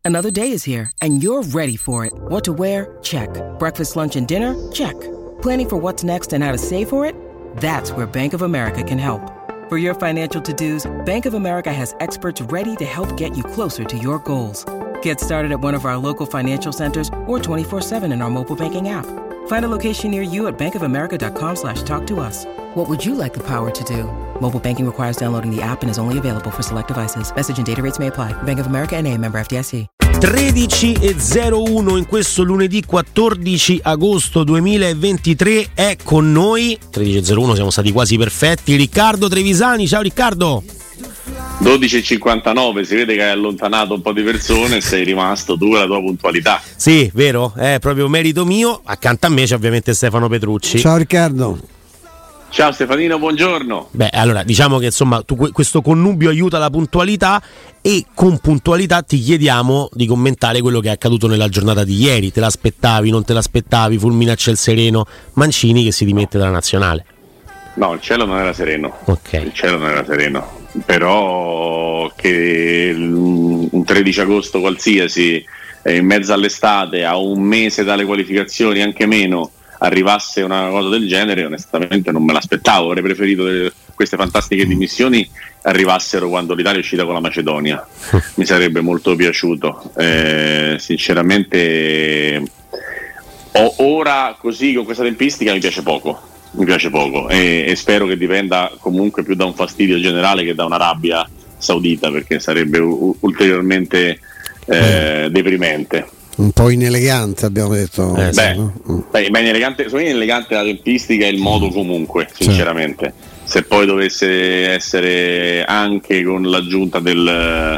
Another day is here, and you're ready for it. What to wear? Check. Breakfast, lunch, and dinner? Check. Planning for what's next and how to save for it? That's where Bank of America can help. For your financial to-dos, Bank of America has experts ready to help get you closer to your goals. Get started at one of our local financial centers or 24/7 in our mobile banking app. Find a location near you at bankofamerica.com/talktous. What would you like the power to do? Mobile banking requires downloading the app and is only available for select devices. Message and data rates may apply. Bank of America N.A., member FDIC. 13:01 in questo lunedì 14 agosto 2023 è con noi 13:01, siamo stati quasi perfetti, Riccardo Trevisani. Ciao Riccardo. 12:59, si vede che hai allontanato un po' di persone e sei rimasto tu e la tua puntualità. Sì, vero, è proprio merito mio. Accanto a me c'è ovviamente Stefano Petrucci. Ciao Riccardo. Ciao Stefanino, buongiorno. Beh, allora diciamo che insomma questo connubio aiuta la puntualità, e con puntualità ti chiediamo di commentare quello che è accaduto nella giornata di ieri. Te l'aspettavi, non te l'aspettavi? Fulmina a ciel sereno Mancini che si dimette dalla nazionale. No, il cielo non era sereno. Okay. Il cielo non era sereno. Però che un 13 agosto qualsiasi, in mezzo all'estate, a un mese dalle qualificazioni, anche meno, arrivasse una cosa del genere, onestamente non me l'aspettavo. Avrei preferito che queste fantastiche dimissioni arrivassero quando l'Italia è uscita con la Macedonia. Mi sarebbe molto piaciuto. Sinceramente ora così, con questa tempistica, mi piace poco e spero che dipenda comunque più da un fastidio generale che da una rabbia saudita, perché sarebbe ulteriormente deprimente. Un po' inelegante, abbiamo detto. Ma inelegante, secondo me inelegante la tempistica e il modo comunque, sinceramente. Se poi dovesse essere anche con l'aggiunta della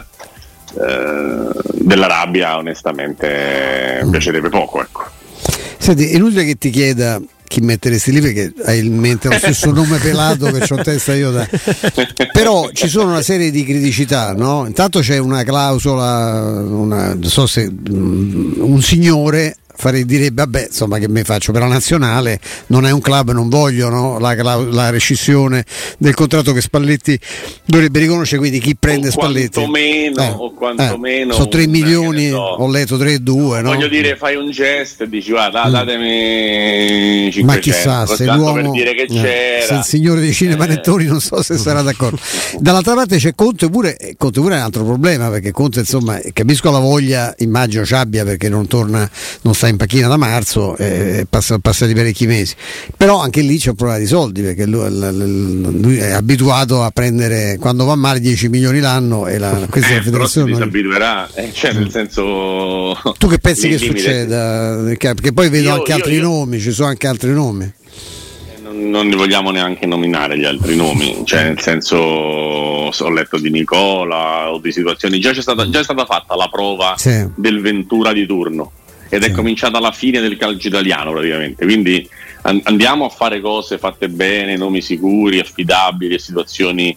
rabbia, onestamente mi piacerebbe poco, ecco. Senti, è inutile che ti chieda chi metteresti lì, perché hai in mente lo stesso nome pelato che c'ho in testa io però ci sono una serie di criticità, no? Intanto c'è una clausola, non so se un signore direbbe vabbè, insomma, che me faccio per la nazionale, non è un club, non voglio, no? la rescissione del contratto che Spalletti dovrebbe riconoscere, quindi chi prende Spalletti o quantomeno sono 3 milioni, ho letto 3,2, no? Voglio dire, fai un gesto e dici guarda, datemi 500, ma chissà se l'uomo, per dire che c'era, se il signore dei cinepanettoni non so se sarà d'accordo. Dall'altra parte c'è Conte pure è un altro problema, perché Conte, insomma, capisco la voglia, immagino ci abbia, perché non sta in panchina da marzo, passati parecchi mesi, però anche lì c'è un problema di soldi, perché lui è abituato a prendere, quando va male, 10 milioni l'anno, e questa è la federazione si disabituerà, cioè nel senso, tu che pensi che succeda? Perché poi vedo anche altri nomi, ci sono anche altri nomi, non li vogliamo neanche nominare gli altri nomi, cioè nel senso, ho letto di Nicola o di situazioni, già è stata fatta la prova del Ventura di turno, ed è cominciata la fine del calcio italiano praticamente, quindi andiamo a fare cose fatte bene, nomi sicuri, affidabili e situazioni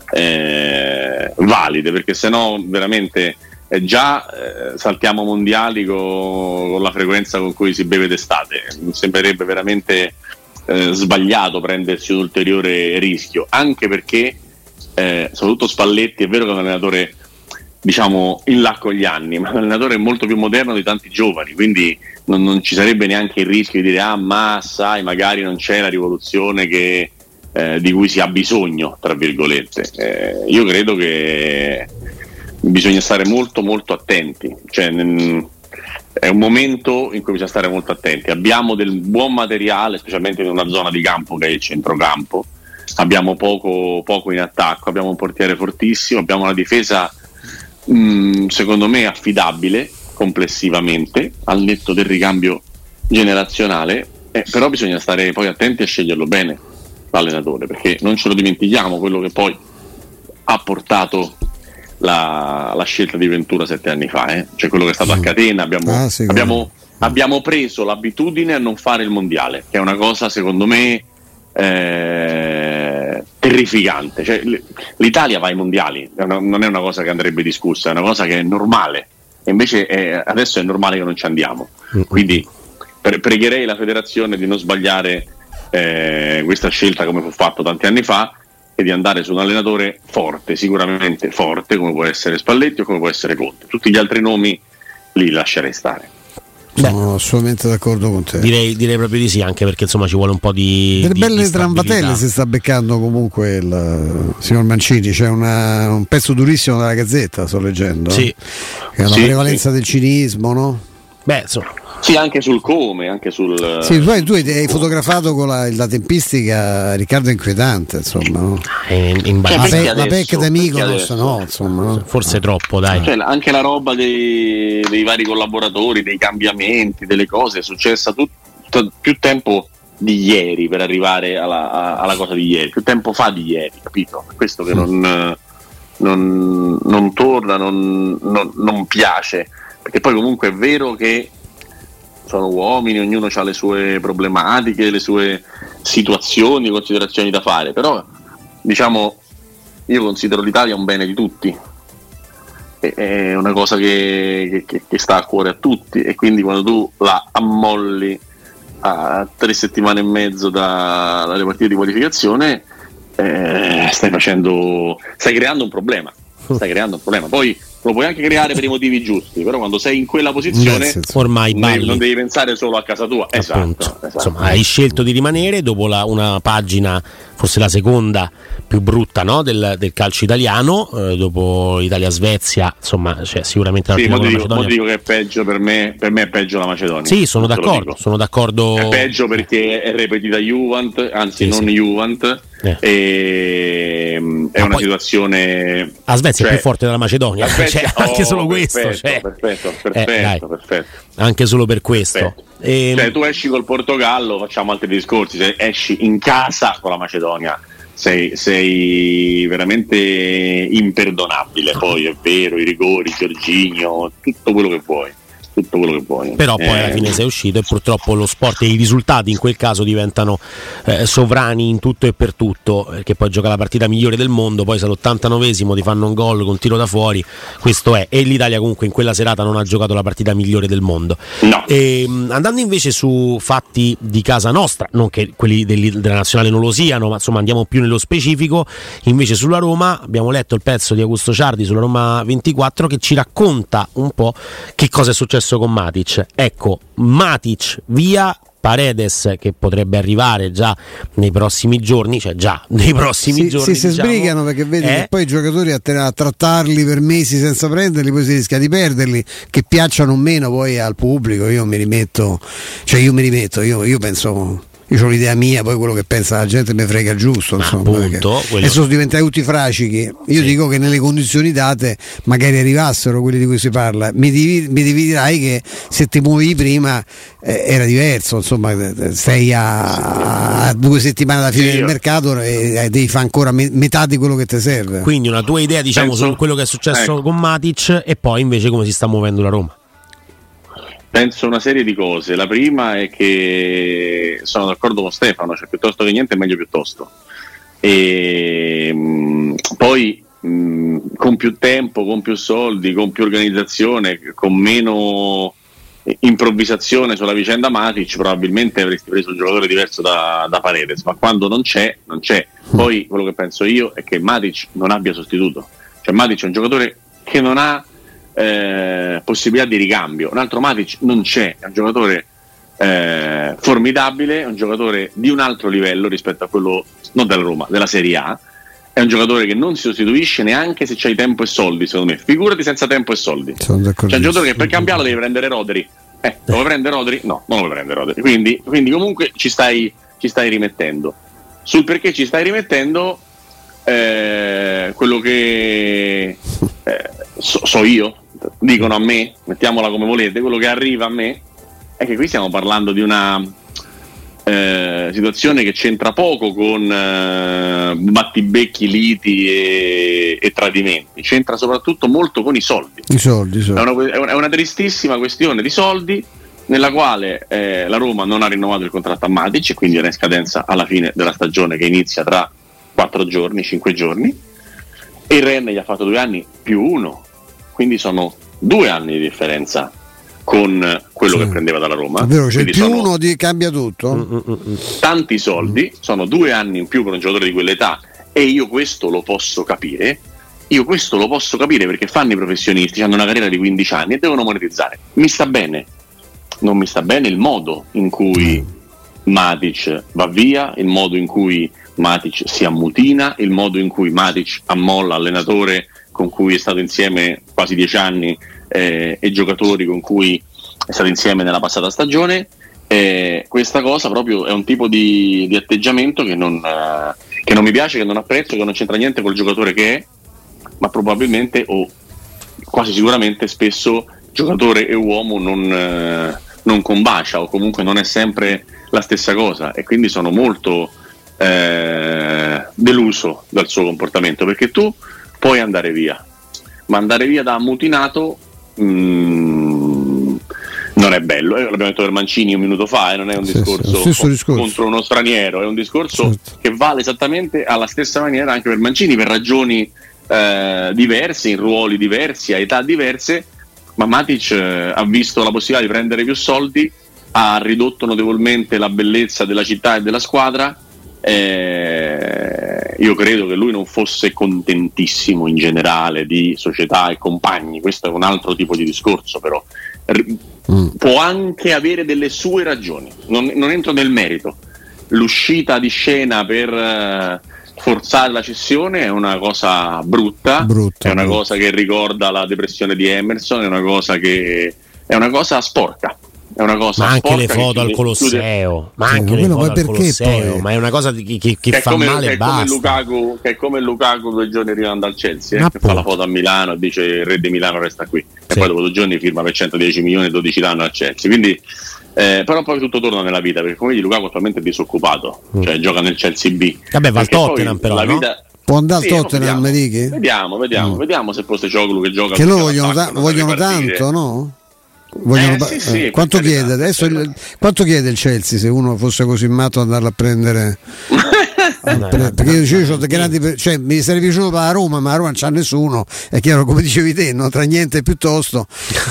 valide, perché sennò veramente saltiamo mondiali con la frequenza con cui si beve d'estate. Mi sembrerebbe veramente sbagliato prendersi un ulteriore rischio, anche perché soprattutto Spalletti è vero che è un allenatore, diciamo, in là con gli anni, ma l'allenatore è molto più moderno di tanti giovani, quindi non ci sarebbe neanche il rischio di dire ma sai, magari non c'è la rivoluzione di cui si ha bisogno, tra virgolette. Io credo che bisogna stare molto molto attenti, cioè è un momento in cui bisogna stare molto attenti. Abbiamo del buon materiale, specialmente in una zona di campo che è il centrocampo, abbiamo poco in attacco, abbiamo un portiere fortissimo, abbiamo una difesa secondo me affidabile complessivamente, al netto del ricambio generazionale, però bisogna stare poi attenti a sceglierlo bene l'allenatore, perché non ce lo dimentichiamo quello che poi ha portato la scelta di Ventura 7 anni fa, cioè quello che è stato a Catena. Abbiamo preso l'abitudine a non fare il mondiale, che è una cosa secondo me terrificante, cioè, l'Italia va ai mondiali, non è una cosa che andrebbe discussa, è una cosa che è normale, e invece adesso è normale che non ci andiamo, quindi pregherei la federazione di non sbagliare questa scelta come fu fatto tanti anni fa, e di andare su un allenatore forte, sicuramente forte, come può essere Spalletti o come può essere Conte. Tutti gli altri nomi li lascerei stare. Sono assolutamente d'accordo con te. Direi proprio di sì, anche perché insomma ci vuole un po' di delle belle di tramvatelle si sta beccando comunque il signor Mancini. C'è un pezzo durissimo della Gazzetta, sto leggendo, sì. Che è la prevalenza del cinismo, no? Beh, insomma. Sì, anche sul come, anche sul. Sì, tu hai fotografato con la tempistica, Riccardo, inquietante, insomma, no? La PEC d'amico no, insomma, no? Forse troppo, dai. Cioè, anche la roba dei vari collaboratori, dei cambiamenti, delle cose è successa più tempo di ieri per arrivare alla cosa di ieri, più tempo fa di ieri, capito? Questo che non torna, non piace, perché poi comunque è vero che sono uomini, ognuno ha le sue problematiche, le sue situazioni, considerazioni da fare, però diciamo io considero l'Italia un bene di tutti, è una cosa che sta a cuore a tutti, e quindi quando tu la ammolli a 3 settimane e mezzo dalle partite di qualificazione, stai creando un problema. Poi lo puoi anche creare per i motivi giusti, però quando sei in quella posizione ormai non devi pensare solo a casa tua. Esatto. Insomma, hai scelto di rimanere dopo una pagina, forse la seconda più brutta, no? del calcio italiano, dopo Italia-Svezia, insomma, cioè, sicuramente la prima Macedonia. Dico che è peggio per me è peggio la Macedonia. Sì, sono d'accordo. È peggio perché è ripetita Juvent, anzi non Juvent. È una situazione. La Svezia è più forte della Macedonia, anche solo questo. Perfetto. Anche solo per questo. Cioè, tu esci col Portogallo, facciamo altri discorsi. Se esci in casa con la Macedonia, sei veramente imperdonabile. Poi è vero, i rigori, Jorginho, tutto quello che vuoi. Però poi alla fine sei uscito, e purtroppo lo sport e i risultati in quel caso diventano sovrani in tutto e per tutto, perché poi gioca la partita migliore del mondo, poi se all'89esimo ti fanno un gol con tiro da fuori, questo è, e l'Italia comunque in quella serata non ha giocato la partita migliore del mondo. No. Andando invece su fatti di casa nostra, non che quelli della nazionale non lo siano, ma insomma andiamo più nello specifico, invece sulla Roma abbiamo letto il pezzo di Augusto Ciardi sulla Roma 24 che ci racconta un po' che cosa è successo con Matic. Ecco, Matic via, Paredes che potrebbe arrivare già nei prossimi giorni, giorni. Si sbrigano, perché vedi che poi i giocatori a trattarli per mesi senza prenderli, poi si rischia di perderli, che piacciono o meno poi al pubblico. Io penso. Io ho l'idea mia, poi quello che pensa la gente mi frega giusto, insomma, adesso sono diventati tutti fracichi. Io dico che nelle condizioni date magari arrivassero quelli di cui si parla. Mi dirai che se ti muovi prima era diverso, insomma, stai a 2 settimane alla fine del mercato e devi fare ancora metà di quello che ti serve. Quindi una tua idea, diciamo, su quello che è successo con Matic, e poi invece come si sta muovendo la Roma. Penso una serie di cose. La prima è che sono d'accordo con Stefano, cioè piuttosto che niente è meglio piuttosto. E poi con più tempo, con più soldi, con più organizzazione, con meno improvvisazione sulla vicenda Matic, probabilmente avresti preso un giocatore diverso da Paredes, ma quando non c'è. Poi quello che penso io è che Matic non abbia sostituto, cioè Matic è un giocatore che non ha possibilità di ricambio. Un altro Matic non c'è, è un giocatore formidabile, è un giocatore di un altro livello rispetto a quello non della Roma, della Serie A. È un giocatore che non si sostituisce neanche se c'hai tempo e soldi, secondo me. Figurati senza tempo e soldi. C'è un giocatore che per cambiarlo devi prendere Rodri. Lo vuoi prendere Rodri? No, non lo vuoi prendere Rodri. Quindi comunque ci stai rimettendo. Sul perché ci stai rimettendo, quello che so io, dicono a me, mettiamola come volete, quello che arriva a me è che qui stiamo parlando di una situazione che c'entra poco con battibecchi, liti e tradimenti, c'entra soprattutto molto con i soldi. È una tristissima questione di soldi, nella quale la Roma non ha rinnovato il contratto a Matic e quindi era in scadenza alla fine della stagione, che inizia tra 4 giorni, 5 giorni, e il Rennes gli ha fatto 2 anni più 1, quindi sono 2 anni di differenza con quello che prendeva dalla Roma. È vero, c'è il più 1 cambia tutto. Tanti soldi, sono 2 anni in più per un giocatore di quell'età, e io questo lo posso capire, io questo lo posso capire perché fanno i professionisti, hanno una carriera di 15 anni e devono monetizzare. Mi sta bene, non mi sta bene il modo in cui Matic va via, il modo in cui Matic si ammutina, il modo in cui Matic ammolla allenatore con cui è stato insieme quasi 10 anni e giocatori con cui è stato insieme nella passata stagione. Questa cosa proprio è un tipo di atteggiamento che non mi piace, che non apprezzo, che non c'entra niente col giocatore che è, ma probabilmente o quasi sicuramente spesso giocatore e uomo non combacia, o comunque non è sempre la stessa cosa, e quindi sono molto deluso dal suo comportamento, perché tu puoi andare via, ma andare via da ammutinato non è bello. L'abbiamo detto per Mancini un minuto fa, non è un discorso contro uno straniero, è un discorso che vale esattamente alla stessa maniera anche per Mancini, per ragioni diverse, in ruoli diversi, a età diverse, ma Matic ha visto la possibilità di prendere più soldi, ha ridotto notevolmente la bellezza della città e della squadra. Io credo che lui non fosse contentissimo in generale di società e compagni, questo è un altro tipo di discorso, però può anche avere delle sue ragioni, non entro nel merito. L'uscita di scena per forzare la cessione è una cosa brutta, è una cosa che ricorda la depressione di Emerson, è una cosa sporca. È una cosa ma anche le foto al Colosseo, ma anche le foto al Colosseo, ma è una cosa che fa come, male e basta. Che è come Lukaku 2 giorni arrivando al Chelsea, che fa la foto a Milano e dice il re di Milano resta qui, e poi dopo 2 giorni firma per 110 milioni e 12 l'anno al Chelsea. Quindi però poi tutto torna nella vita, perché come vedi Lukaku attualmente è disoccupato, cioè gioca nel Chelsea B. Vabbè, va al Tottenham però, no? Può andare al Tottenham, vediamo se Postecoglou che gioca, che loro vogliono tanto, no? Sì, quanto chiede adesso quanto chiede il Chelsea, se uno fosse così matto ad andarla a prendere? Perché io cioè, mi sarei piaciuto per la Roma, ma a Roma non c'ha nessuno, è chiaro, come dicevi te, no? Tra niente e piuttosto,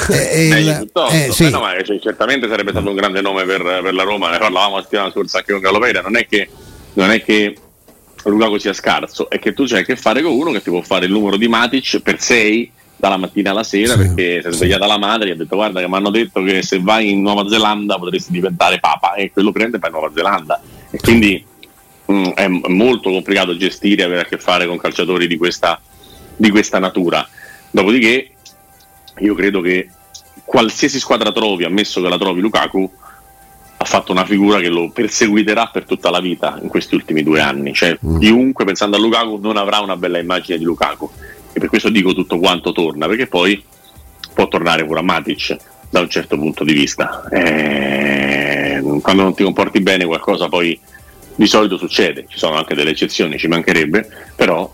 sì. No, ma certamente sarebbe stato un grande nome per la Roma, ne parlavamo la settimana scorsa anche con Galopera. Non è che Lukaku sia scarso, è che tu c'hai a che fare con uno che ti può fare il numero di Matic per 6 dalla mattina alla sera, perché si è svegliata la madre e ha detto guarda che mi hanno detto che se vai in Nuova Zelanda potresti diventare papa, e quello prende e va in Nuova Zelanda, e quindi è molto complicato gestire, avere a che fare con calciatori di questa natura. Dopodiché io credo che qualsiasi squadra trovi, ammesso che la trovi Lukaku, ha fatto una figura che lo perseguiterà per tutta la vita in questi ultimi 2 anni, cioè chiunque pensando a Lukaku non avrà una bella immagine di Lukaku, e per questo dico tutto quanto torna, perché poi può tornare pure a Matic da un certo punto di vista. Quando non ti comporti bene qualcosa poi di solito succede, ci sono anche delle eccezioni, ci mancherebbe, però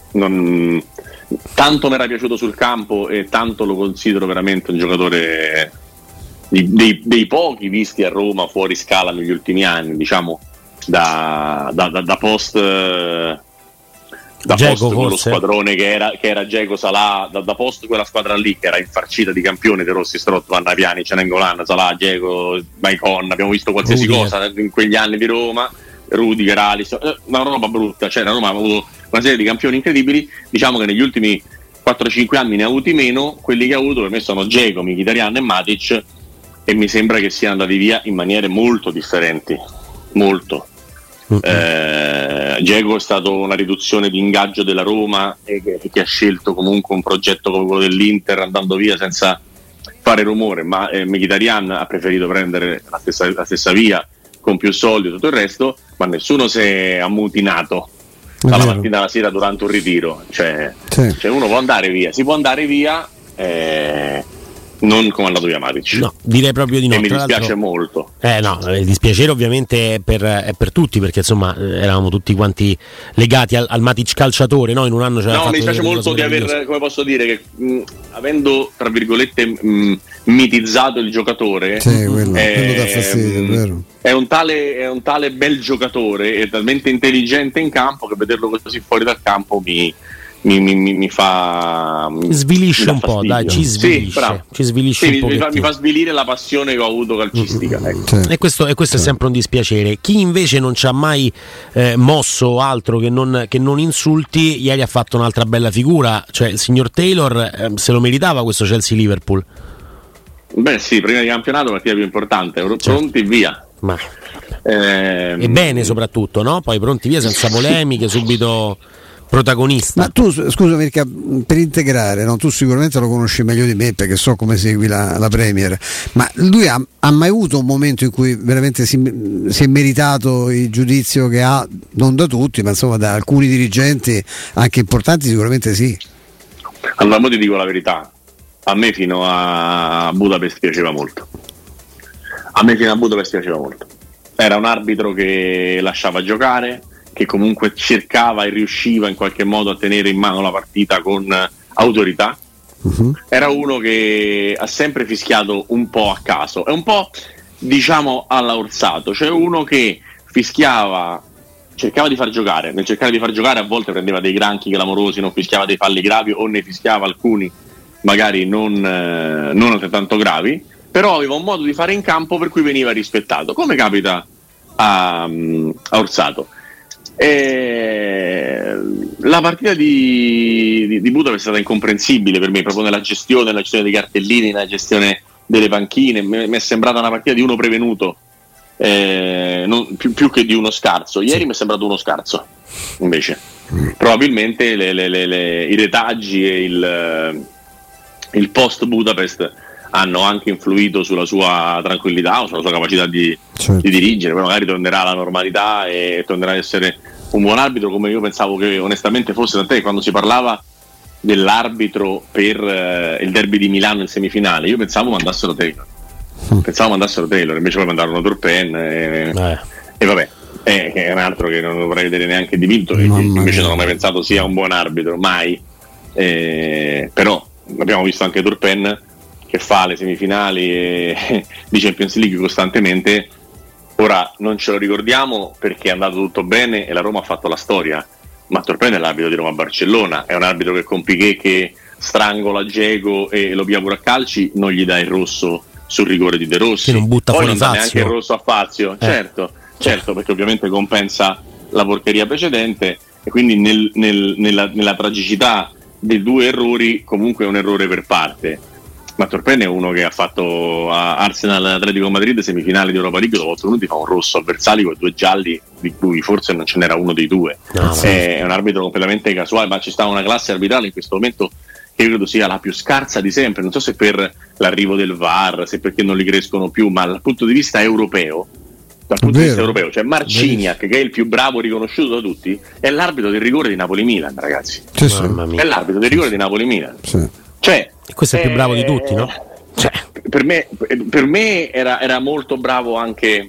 tanto mi era piaciuto sul campo e tanto lo considero veramente un giocatore dei pochi visti a Roma fuori scala negli ultimi anni, diciamo da post quello squadrone che era Dzeko, Salah, da post quella squadra lì che era infarcita di campioni, De Rossi, Strootman, Piani, Cenengolan, Salah, Dzeko, Maicon, abbiamo visto qualsiasi cosa in quegli anni di Roma, Rudiger, Alisson, una roba brutta, cioè la Roma ha avuto una serie di campioni incredibili. Diciamo che negli ultimi 4-5 anni ne ha avuti meno. Quelli che ha avuto per me sono Dzeko, Mkhitaryan e Matic, e mi sembra che siano andati via in maniere molto differenti, molto. Dzeko è stato una riduzione di ingaggio della Roma, e che ha scelto comunque un progetto come quello dell'Inter andando via senza fare rumore, ma Mkhitaryan ha preferito prendere la stessa via con più soldi e tutto il resto, ma nessuno si è ammutinato dalla mattina alla sera durante un ritiro, cioè uno può andare via, si può andare via, non come è andato via Matic. No, direi proprio di no. E mi dispiace molto. No, il dispiacere ovviamente è per tutti, perché insomma eravamo tutti quanti legati al Matic calciatore, no? In un anno mi dispiace molto di aver, come posso dire, che avendo tra virgolette mitizzato il giocatore, quello dà fastidio, è vero. È un tale bel giocatore e talmente intelligente in campo che vederlo così fuori dal campo mi mi fa svilisce un po', dai, ci svilisce, ci svilisce un po'. Mi fa svilire la passione che ho avuto calcistica. Ecco. E questo è sempre un dispiacere. Chi invece non ci ha mai mosso altro che non insulti, ieri ha fatto un'altra bella figura, cioè il signor Taylor se lo meritava questo Chelsea-Liverpool. Beh sì, prima di campionato partita più importante, pronti via. Ma e bene soprattutto, no? Poi pronti via senza polemiche, subito protagonista. Ma tu, scusa Mirka, per integrare, no? Tu sicuramente lo conosci meglio di me perché so come segui la Premier, ma lui ha mai avuto un momento in cui veramente si è meritato il giudizio che ha, non da tutti, ma insomma da alcuni dirigenti anche importanti sicuramente sì. Allora, mo ti dico la verità, a me fino a Budapest piaceva molto. Era un arbitro che lasciava giocare, che comunque cercava e riusciva in qualche modo a tenere in mano la partita con autorità. Era uno che ha sempre fischiato un po' a caso, è un po' diciamo alla Orsato, cioè uno che fischiava, cercava di far giocare, nel cercare di far giocare a volte prendeva dei granchi clamorosi, non fischiava dei falli gravi o ne fischiava alcuni magari non altrettanto gravi, però aveva un modo di fare in campo per cui veniva rispettato, come capita a Orsato. La partita di Budapest è stata incomprensibile per me, proprio nella gestione dei cartellini, nella gestione delle panchine. Mi è sembrata una partita di uno prevenuto, più che di uno scarso. Ieri mi è sembrato uno scarso, invece. Probabilmente i retaggi e il post Budapest hanno anche influito sulla sua tranquillità o sulla sua capacità di dirigere. Poi magari tornerà alla normalità e tornerà ad essere un buon arbitro, come io pensavo che onestamente fosse. Tant'è che quando si parlava dell'arbitro per il derby di Milano in semifinale, io pensavo mandassero Taylor, invece poi mandarono Turpen e vabbè, è un altro che non vorrei vedere neanche dipinto, invece non ho mai pensato sia un buon arbitro, mai. Però abbiamo visto anche Turpen che fa le semifinali di Champions League costantemente. Ora non ce lo ricordiamo perché è andato tutto bene e la Roma ha fatto la storia, ma Turpen è l'arbitro di Roma-Barcellona, è un arbitro che con Piqué che strangola Dzeko e lo pia pure a calci, non gli dà il rosso sul rigore di De Rossi, che non butta poi fuori non dà neanche il rosso a Fazio, certo, perché ovviamente compensa la porcheria precedente, e quindi nella tragicità dei due errori comunque è un errore per parte. Ma Turpen è uno che ha fatto a Arsenal Atletico Madrid semifinale di Europa League, dopo 8 minuti fa un rosso a Versalico e 2 gialli, di cui forse non ce n'era uno dei due. È un arbitro completamente casuale, ma ci sta una classe arbitrale in questo momento che io credo sia la più scarsa di sempre. Non so se per l'arrivo del VAR, se perché non li crescono più, ma dal punto di vista europeo, cioè Marciniak, che è il più bravo riconosciuto da tutti, è l'arbitro del rigore di Napoli-Milan, ragazzi. Sì. È l'arbitro del rigore di Napoli-Milan. Sì. Cioè, questo è il più bravo di tutti, no? Cioè, per me era molto bravo anche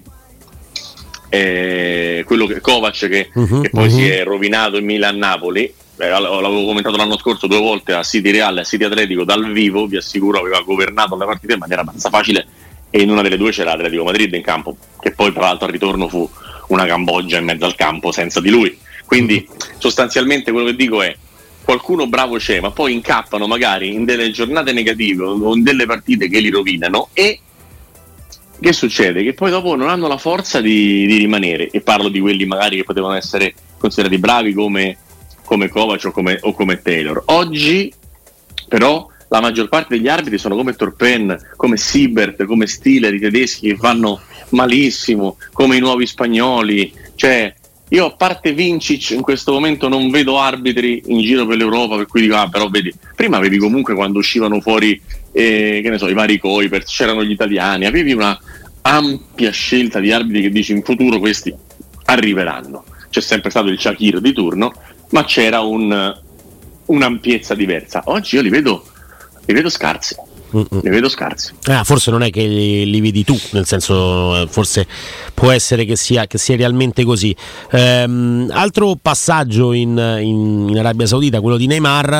quello che Kovac che poi si è rovinato in Milan-Napoli. L'avevo commentato l'anno scorso 2 volte a City Real e a City Atletico dal vivo, vi assicuro aveva governato le partite in maniera abbastanza facile, e in una delle due c'era Atletico Madrid in campo, che poi tra l'altro al ritorno fu una Cambogia in mezzo al campo senza di lui. Quindi sostanzialmente quello che dico è: qualcuno bravo c'è, ma poi incappano magari in delle giornate negative o in delle partite che li rovinano, e che succede? Che poi dopo non hanno la forza di rimanere, e parlo di quelli magari che potevano essere considerati bravi come Kovac o come Taylor. Oggi però la maggior parte degli arbitri sono come Turpen, come Siebert, come Stiller, i tedeschi che vanno malissimo, come i nuovi spagnoli. Cioè, io a parte Vincic in questo momento non vedo arbitri in giro per l'Europa per cui dico, però vedi, prima avevi comunque, quando uscivano fuori che ne so, i vari Kuipers, c'erano gli italiani, avevi una ampia scelta di arbitri che dici in futuro questi arriveranno. C'è sempre stato il Shakir di turno, ma c'era un'ampiezza diversa. Oggi io li vedo scarsi. Li vedo scarsi. Forse non è che li vedi tu, nel senso, forse può essere che sia realmente così. Altro passaggio in Arabia Saudita, quello di Neymar,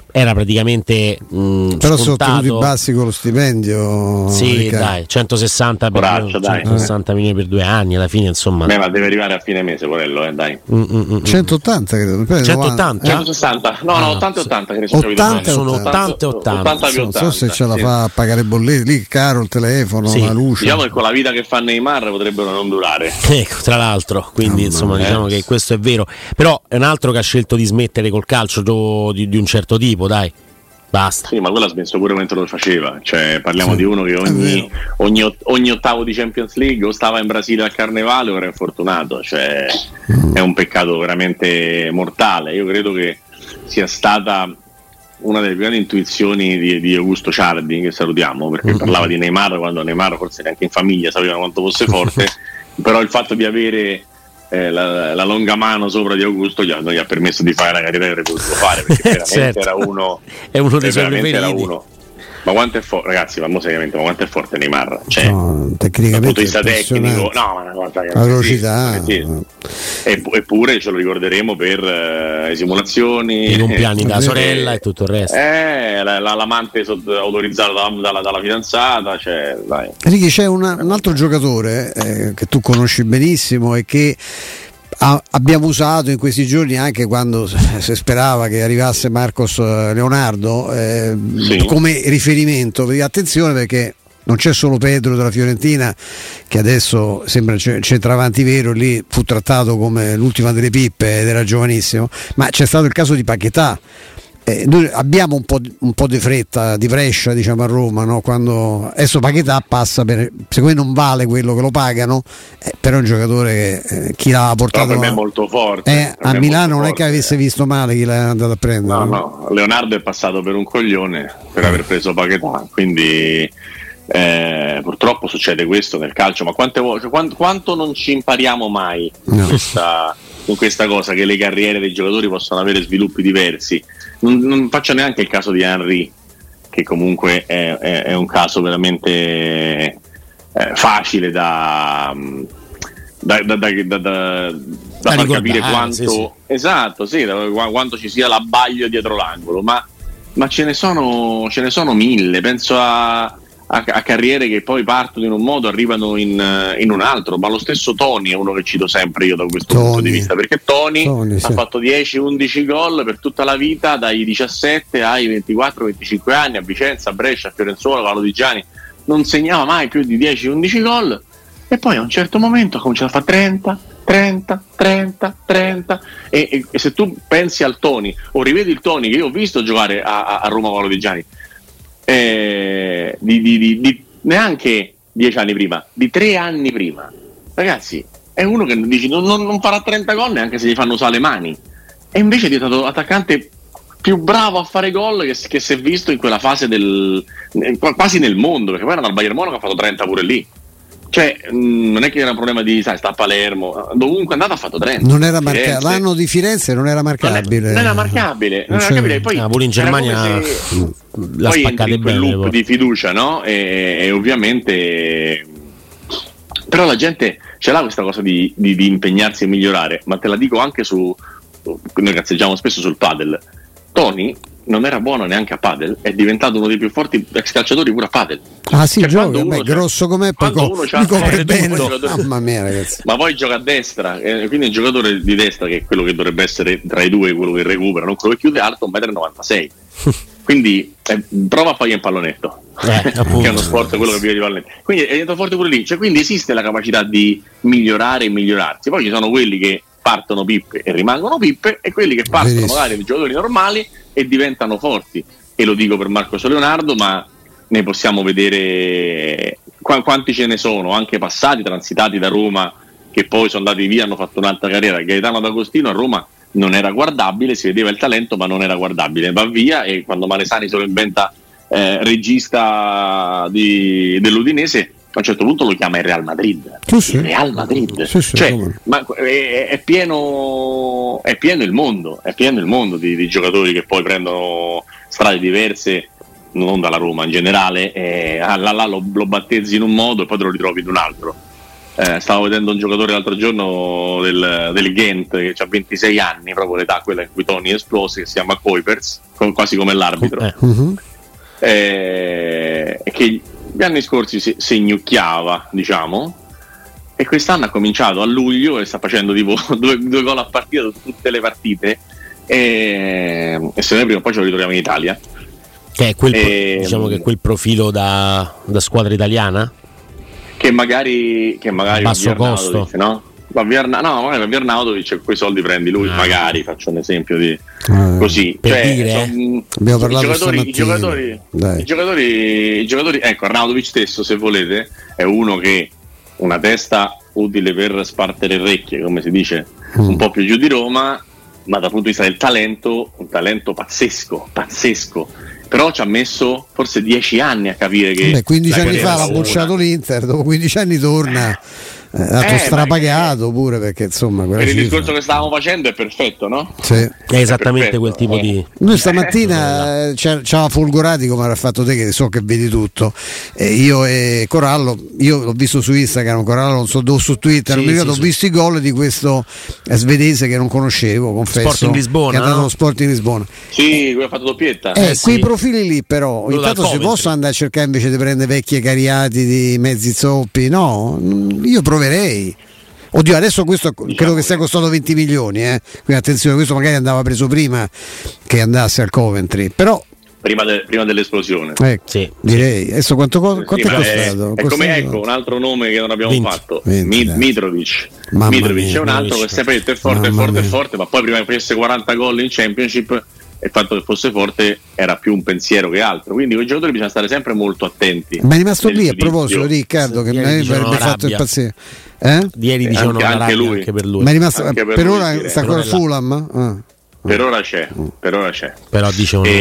era praticamente però sono tenuti bassi con lo stipendio. Sì, dai, 160 per 160 milioni per 2 anni alla fine, insomma. Ma deve arrivare a fine mese quello, dai. 180 credo. 180? 160? No, 80 e 80 credo. 80 sono 80 e 80. Non so se ce la fa a pagare bollette, lì caro il telefono, la luce. Diciamo che con la vita che fa Neymar potrebbero non durare. Ecco, tra l'altro, quindi insomma diciamo che questo è vero. Però è un altro che ha scelto di smettere col calcio di un certo tipo, dai. Basta. Sì, ma quello ha smesso pure mentre lo faceva. Cioè, parliamo di uno che ogni ottavo di Champions League o stava in Brasile al Carnevale o era infortunato. Cioè, è un peccato veramente mortale. Io credo che sia stata una delle più grandi intuizioni di Augusto Ciardi, che salutiamo, perché parlava di Neymar quando Neymar forse neanche in famiglia sapeva quanto fosse forte. Però il fatto di avere la longa mano sopra di Augusto non gli ha permesso di fare la carriera che avrebbe potuto fare, perché veramente era uno dei suoi preferiti. Ma quanto è forte, ragazzi, ma quanto è forte Neymar? Cioè, tecnicamente dal punto di vista tecnico, la velocità. Eppure ce lo ricorderemo per simulazioni, i compleanni da sorella e tutto il resto. L'amante autorizzata dalla fidanzata. Cioè, dai. Ricky, c'è un altro giocatore che tu conosci benissimo e che abbiamo usato in questi giorni anche quando si sperava che arrivasse Marcos Leonardo come riferimento. Attenzione, perché non c'è solo Pedro della Fiorentina, che adesso sembra centravanti vero, lì fu trattato come l'ultima delle pippe ed era giovanissimo, ma c'è stato il caso di Paquetá. Noi abbiamo un po' di fretta, di Brescia, diciamo, a Roma, no? Quando adesso Paquetá passa secondo me non vale quello che lo pagano, però è un giocatore che chi l'ha portato per me è molto forte, a Milano non è che avesse visto male chi l'ha andato a prendere. No, Leonardo è passato per un coglione per aver preso Paquetá, quindi purtroppo succede questo nel calcio. Ma quanto non ci impariamo mai con questa cosa, che le carriere dei giocatori possono avere sviluppi diversi. Non faccio neanche il caso di Henry, che comunque è un caso veramente facile da far capire quanto esatto, quanto ci sia l'abbaglio dietro l'angolo, ma ce ne sono mille. Penso a carriere che poi partono in un modo, arrivano in un altro. Ma lo stesso Toni è uno che cito sempre io da questo punto di vista, perché Toni ha fatto 10-11 gol per tutta la vita, dai 17 ai 24-25 anni, a Vicenza, a Brescia, a Fiorenzuola, Paolo Di Gianni, non segnava mai più di 10-11 gol, e poi a un certo momento ha cominciato a fare 30 e se tu pensi al Toni o rivedi il Toni che io ho visto giocare a Roma Paolo Di Gianni, di neanche 10 anni prima, di 3 anni prima, ragazzi, è uno che dici non farà 30 gol neanche se gli fanno usare le mani, e invece è diventato attaccante più bravo a fare gol che si è visto in quella fase quasi nel mondo, perché poi era dal Bayern Monaco, ha fatto 30 pure lì. Cioè, non è che era un problema di, sta a Palermo, dovunque è andato ha fatto 30. Non era marcabile, l'anno di Firenze non era marcabile. Non era marcabile. Poi pure in Germania la spaccate in quel loop di fiducia, no? E ovviamente, però la gente ce l'ha questa cosa di impegnarsi e migliorare, ma te la dico anche noi cazzeggiamo spesso sul padel. Toni non era buono neanche a padel, è diventato uno dei più forti ex calciatori pure a padel. Ah sì, gioca, grosso com'è, poi copre bene. Mamma mia, ragazzi. Ma poi gioca a destra, quindi il giocatore di destra, che è quello che dovrebbe essere tra i due quello che recupera, non quello che chiude, alto 1,96 m. Quindi prova a fare il pallonetto, che è uno sport quello che vive di pallonetto. Quindi è diventato forte pure lì. Cioè, quindi esiste la capacità di migliorare e migliorarsi. Poi ci sono quelli che partono pippe e rimangono pippe, e quelli che partono magari di giocatori normali e diventano forti. E lo dico per Marcos Leonardo, ma ne possiamo vedere quanti ce ne sono, anche passati, transitati da Roma, che poi sono andati via, hanno fatto un'altra carriera. Gaetano D'Agostino a Roma non era guardabile, si vedeva il talento ma non era guardabile, va via, e quando Malesani se lo inventa regista dell'Udinese, a un certo punto lo chiama il Real Madrid. Il Real Madrid, cioè, ma è pieno il mondo, di giocatori che poi prendono strade diverse, non dalla Roma in generale, là lo battezzi in un modo e poi te lo ritrovi in un altro. Stavo vedendo un giocatore l'altro giorno del Ghent che ha 26 anni, proprio l'età quella in cui Toni esplose, che si chiama Kuipers, quasi come l'arbitro, che gli anni scorsi si ignucchiava, diciamo, e quest'anno ha cominciato a luglio e sta facendo tipo due gol a partita su tutte le partite, e se noi prima o poi ce lo ritroviamo in Italia, che è quel diciamo che è quel profilo da squadra italiana che magari basso costo, no? Magari Vjernaudovic, e quei soldi prendi lui, magari, faccio un esempio di così, per dire, abbiamo parlato i giocatori, ecco, Arnautovic stesso, se volete, è uno che una testa utile per spartere orecchie, come si dice, un po' più giù di Roma, ma dal punto di vista del talento, un talento pazzesco, però ci ha messo forse 10 anni a capire che 15 anni fa l'ha bocciato l'Inter, dopo 15 anni torna, ha strapagato pure, perché insomma per il discorso che stavamo facendo è perfetto, no? Sì. È esattamente quel tipo di... Noi stamattina ci ha folgorati, come ha fatto te, che so che vedi tutto, io e Corallo, io l'ho visto su Instagram, Corallo non so dove, su Twitter, non mi ricordo, ho visto i gol di questo svedese che non conoscevo, confesso, Sporting Lisbona, che ha dato lo Sporting Lisbona. Sì, lui ha fatto doppietta. Quei profili lì però intanto si possono andare a cercare invece di prendere vecchie cariati di mezzi zoppi, no? Io proverei. Oddio, adesso questo credo che sia costato 20 milioni, quindi attenzione, questo magari andava preso prima che andasse al Coventry, però prima dell'esplosione, sì, direi. Adesso quanto è costato? È come, ecco, un altro nome che non abbiamo fatto, 20, Mitrovic. Mitrovic è un altro che sempre è forte, ma poi prima che facesse 40 gol in Championship, e il fatto che fosse forte era più un pensiero che altro, quindi con i giocatori bisogna stare sempre molto attenti. Ma è rimasto lì a proposito, Riccardo, che mi avrebbe fatto impazzire. Ieri dicevano anche lui, anche per lui. Ma è rimasto per ora direi. Sta ancora Fulham? Per ora c'è. Però dicevano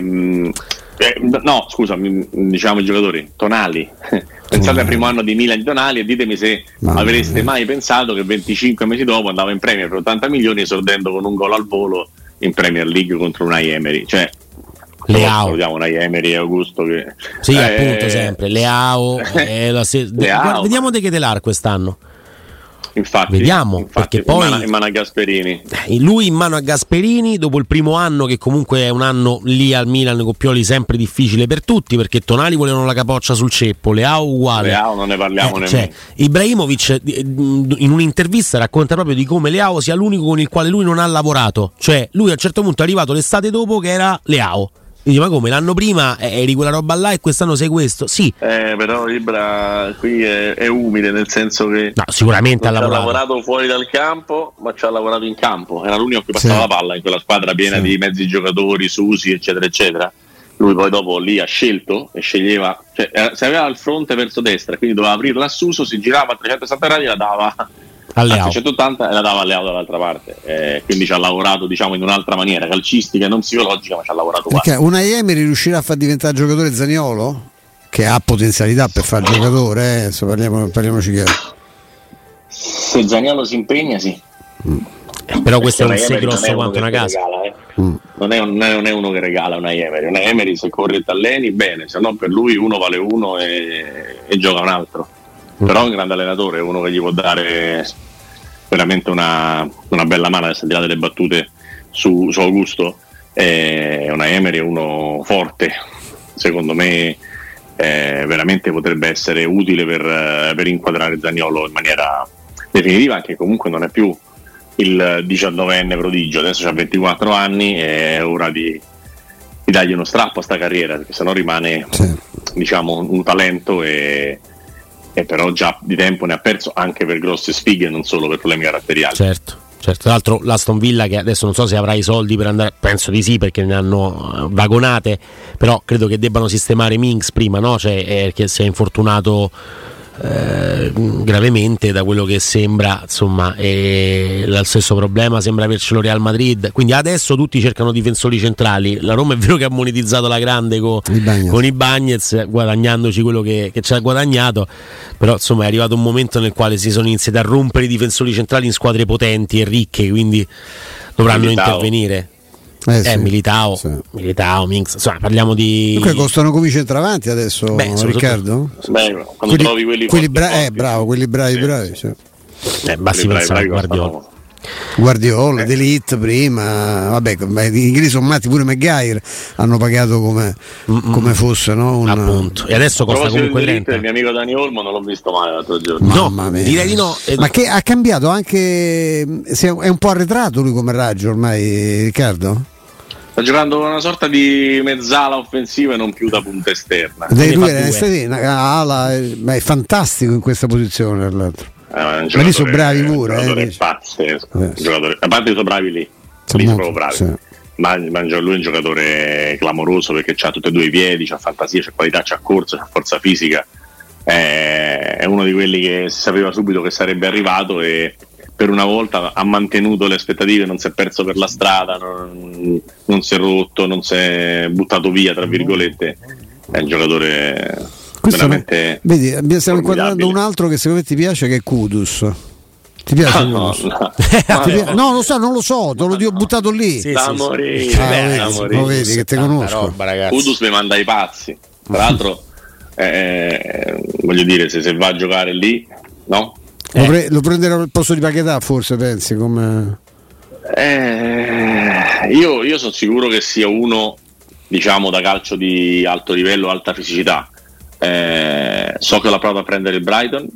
no, scusa, diciamo i giocatori. Tonali. Pensate al primo anno di Milan di Tonali e ditemi se avreste mai pensato che 25 mesi dopo andava in Premier per 80 milioni, esordendo con un gol al volo in Premier League contro Unai Emery. Cioè, Leao, Unai Emery e Augusto che... sì, appunto, sempre Leao, Leao. Vediamo De Ketelar quest'anno. Infatti, perché poi in mano a Gasperini, lui in mano a Gasperini dopo il primo anno, che comunque è un anno lì al Milan con Pioli sempre difficile per tutti, perché Tonali volevano la capoccia sul ceppo, Leao uguale, Leao non ne parliamo nemmeno. Cioè, Ibrahimovic in un'intervista racconta proprio di come Leao sia l'unico con il quale lui non ha lavorato, cioè lui a un certo punto è arrivato l'estate dopo che era Leao. Dice, ma come, l'anno prima eri quella roba là e quest'anno sei questo? Sì. Però Ibra qui è umile, nel senso che sicuramente ha lavorato fuori dal campo, ma ci ha lavorato in campo. Era l'unico che passava la palla in quella squadra piena di mezzi giocatori, Susi, eccetera, eccetera. Lui poi dopo lì ha scelto e sceglieva, cioè se aveva il fronte verso destra, quindi doveva aprirla a Suso, si girava a 360 gradi e la dava a 380 e la dava a Leao dall'altra parte, quindi ci ha lavorato, diciamo, in un'altra maniera calcistica, non psicologica, ma ci ha lavorato qua. Unai Emery riuscirà a far diventare giocatore Zaniolo? Che ha potenzialità per fare giocatore, parliamoci chiaro. Se Zaniolo si impegna, sì. Però questo è un sé grosso quanto una casa. Non è uno che regala Unai Emery. Unai Emery, se corre e t'alleni, bene, se no per lui uno vale uno e gioca un altro. Però è un grande allenatore, è uno che gli può dare veramente una bella mano, adesso al di là delle battute su Augusto. Unai Emery è uno forte, secondo me veramente potrebbe essere utile per inquadrare Zaniolo in maniera definitiva, anche comunque non è più il 19enne prodigio, adesso ha 24 anni, è ora di dargli uno strappo a sta carriera, perché sennò rimane diciamo un talento e però già di tempo ne ha perso anche per grosse sfighe, non solo per problemi caratteriali. Certo. Tra l'altro l'Aston Villa, che adesso non so se avrà i soldi per andare, penso di sì perché ne hanno vagonate, però credo che debbano sistemare Minks prima, no? Cioè, che si è infortunato gravemente, da quello che sembra, insomma, e lo stesso problema sembra avercelo Real Madrid, quindi adesso tutti cercano difensori centrali. La Roma è vero che ha monetizzato la grande con i Bagnez, guadagnandoci quello che ci ha guadagnato, però insomma è arrivato un momento nel quale si sono iniziati a rompere i difensori centrali in squadre potenti e ricche, quindi dovranno intervenire. Sì, Militao, sì. Minx, insomma, parliamo di. Comunque costano come i centravanti adesso, Riccardo? Quando trovi quelli forti, bravo, quelli bravi. Sì. Basti pensare a Guardiola, D'Elite prima, vabbè, gli inglesi sono matti, pure Maguire hanno pagato come fosse, no? Appunto. E adesso costa comunque 30. Il mio amico Dani Olmo non l'ho visto mai l'altro giorno. Mamma mia. Direi di no. Ma che ha cambiato anche, è un po' arretrato lui come raggio ormai, Riccardo? Sta giocando una sorta di mezzala offensiva e non più da punta esterna. Lui era ala, ma è fantastico in questa posizione, tra l'altro. Ma lì sono bravi pure, pazzesco. A parte che sono bravi lì sono proprio bravi. Sì. Ma lui è un giocatore clamoroso perché ha tutti e due i piedi, c'ha fantasia, c'ha qualità, c'ha corsa, c'ha forza fisica. È uno di quelli che si sapeva subito che sarebbe arrivato e per una volta ha mantenuto le aspettative, non si è perso per la strada, non si è rotto, non si è buttato via, tra virgolette. È un giocatore veramente. Vedi, stiamo inquadrando un altro che secondo me ti piace, che è Kudus. Ti piace? No, lo so, non lo so, te l'ho buttato lì. Sì. Morire. Vedi che te conosco. Kudus mi manda i pazzi. Tra l'altro, voglio dire, se va a giocare lì, no? Lo prenderò al posto di Paquetá, forse, pensi? Come. Io sono sicuro che sia uno, diciamo, da calcio di alto livello, alta fisicità. So che l'ha provato a prendere il Brighton.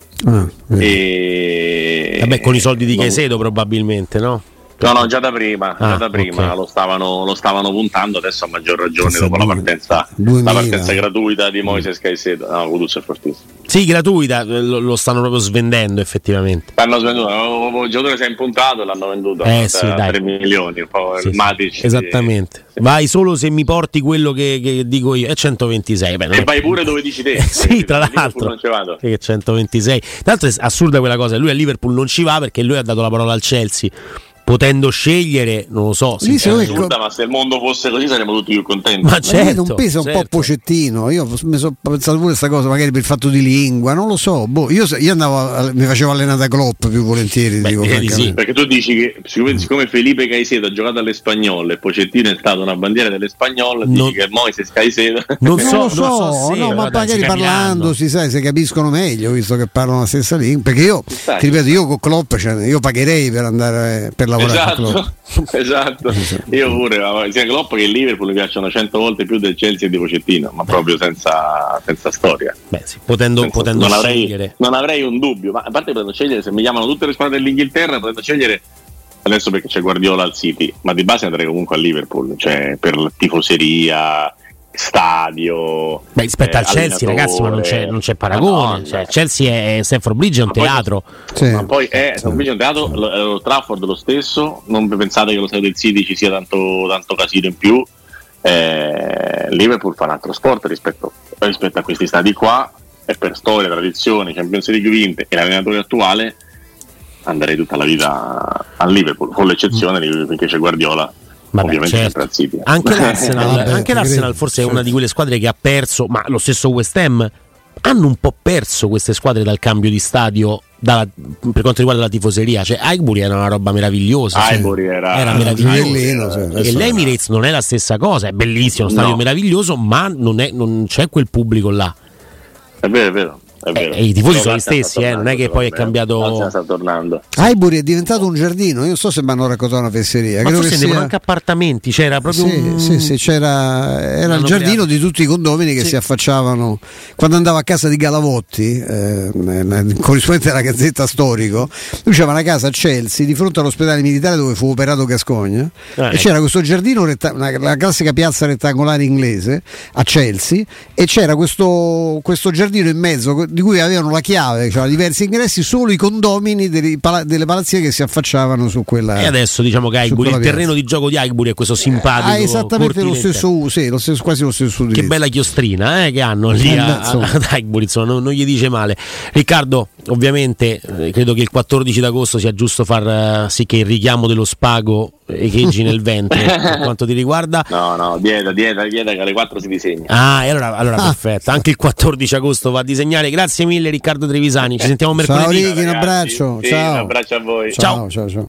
Vabbè, con i soldi di Caicedo probabilmente, no? No, già da prima okay. lo stavano puntando, adesso a maggior ragione dopo la partenza gratuita di Moises Caicedo. No, Kudus è fortissimo. Sì, gratuita, lo stanno proprio svendendo effettivamente. L'hanno svenduto, il giocatore si è impuntato e l'hanno venduto a 3 milioni, un po' il Matic. Esattamente. Sì. Vai solo se mi porti quello che dico io, è 126. E vai pure dove dici te. Sì, tra l'altro. Non ci vado. Che 126. Tra l'altro è assurda quella cosa, lui a Liverpool non ci va perché lui ha dato la parola al Chelsea. Potendo scegliere, non lo so. Ma se il mondo fosse così saremmo tutti più contenti. Ma certo, non pesa un po' Pochettino. Io mi sono pensato pure questa cosa, magari per il fatto di lingua, non lo so. Io andavo, mi facevo allenare da Klopp più volentieri. Sì, perché tu dici che siccome Felipe Caicedo ha giocato alle Spagnole e Pochettino è stato una bandiera delle Spagnole, dici che Moises Caicedo. Non lo so, ma magari parlando si capiscono meglio, visto che parlano la stessa lingua. Perché io, ti ripeto, io con Klopp io pagherei per andare per lavorare. Esatto. Io pure, sia Klopp che il Liverpool mi piacciono 100 volte più del Chelsea e di Pochettino, ma proprio senza storia. Beh, sì, potendo scegliere. Non avrei un dubbio, ma a parte potendo scegliere, se mi chiamano tutte le squadre dell'Inghilterra, potendo scegliere adesso perché c'è Guardiola al City, ma di base andrei comunque al Liverpool, cioè per tifoseria, stadio. Beh, rispetto al Chelsea, ragazzi, ma non c'è paragone. Chelsea è Stamford Bridge, è un teatro. Ma poi Stamford Bridge è un teatro, Trafford lo stesso. Non pensate che lo stadio del City ci sia tanto casino in più. Liverpool fa un altro sport rispetto a questi stadi qua, e per storia, tradizione, Champions League vinte e l'allenatore attuale andrei tutta la vita al Liverpool, con l'eccezione di perché c'è Guardiola. Ovviamente certo. Anche l'Arsenal forse è una di quelle squadre che ha perso, ma lo stesso West Ham hanno un po' perso queste squadre dal cambio di stadio per quanto riguarda la tifoseria. Cioè Highbury era una roba meraviliosa, era meraviglioso, e l'Emirates non è la stessa cosa, è bellissimo, uno stadio meraviglioso, ma non c'è quel pubblico là. È vero. E i tifosi sono gli stessi, non è che poi è cambiato. Sta tornando. Highbury è diventato un giardino. Io non so se mi hanno raccontato una fesseria. Ma forse devono anche appartamenti. C'era proprio era il giardino di tutti i condomini che si affacciavano. Quando andavo a casa di Galavotti, corrispondente alla Gazzetta Storico, lui c'era una casa a Chelsea di fronte all'ospedale militare dove fu operato Gascogne, e c'era questo giardino, la classica piazza rettangolare inglese a Chelsea, e c'era questo giardino in mezzo di cui avevano la chiave, cioè diversi ingressi, solo i condomini delle palazzie che si affacciavano su quella. E adesso diciamo che il terreno di gioco di Highbury è questo simpatico. Esattamente lo stesso, quasi lo stesso utilizzo. Che bella chiostrina che hanno lì ad Highbury, insomma, non gli dice male. Riccardo, ovviamente credo che il 14 d'agosto sia giusto far sì che il richiamo dello spago echeggi nel ventre per quanto ti riguarda. No, dieta che alle 4 si disegna. E allora perfetto, anche il 14 agosto va a disegnare. Grazie mille Riccardo Trevisani, ci sentiamo mercoledì. Ciao Ricky, un abbraccio. Ciao. Un abbraccio a voi. Ciao.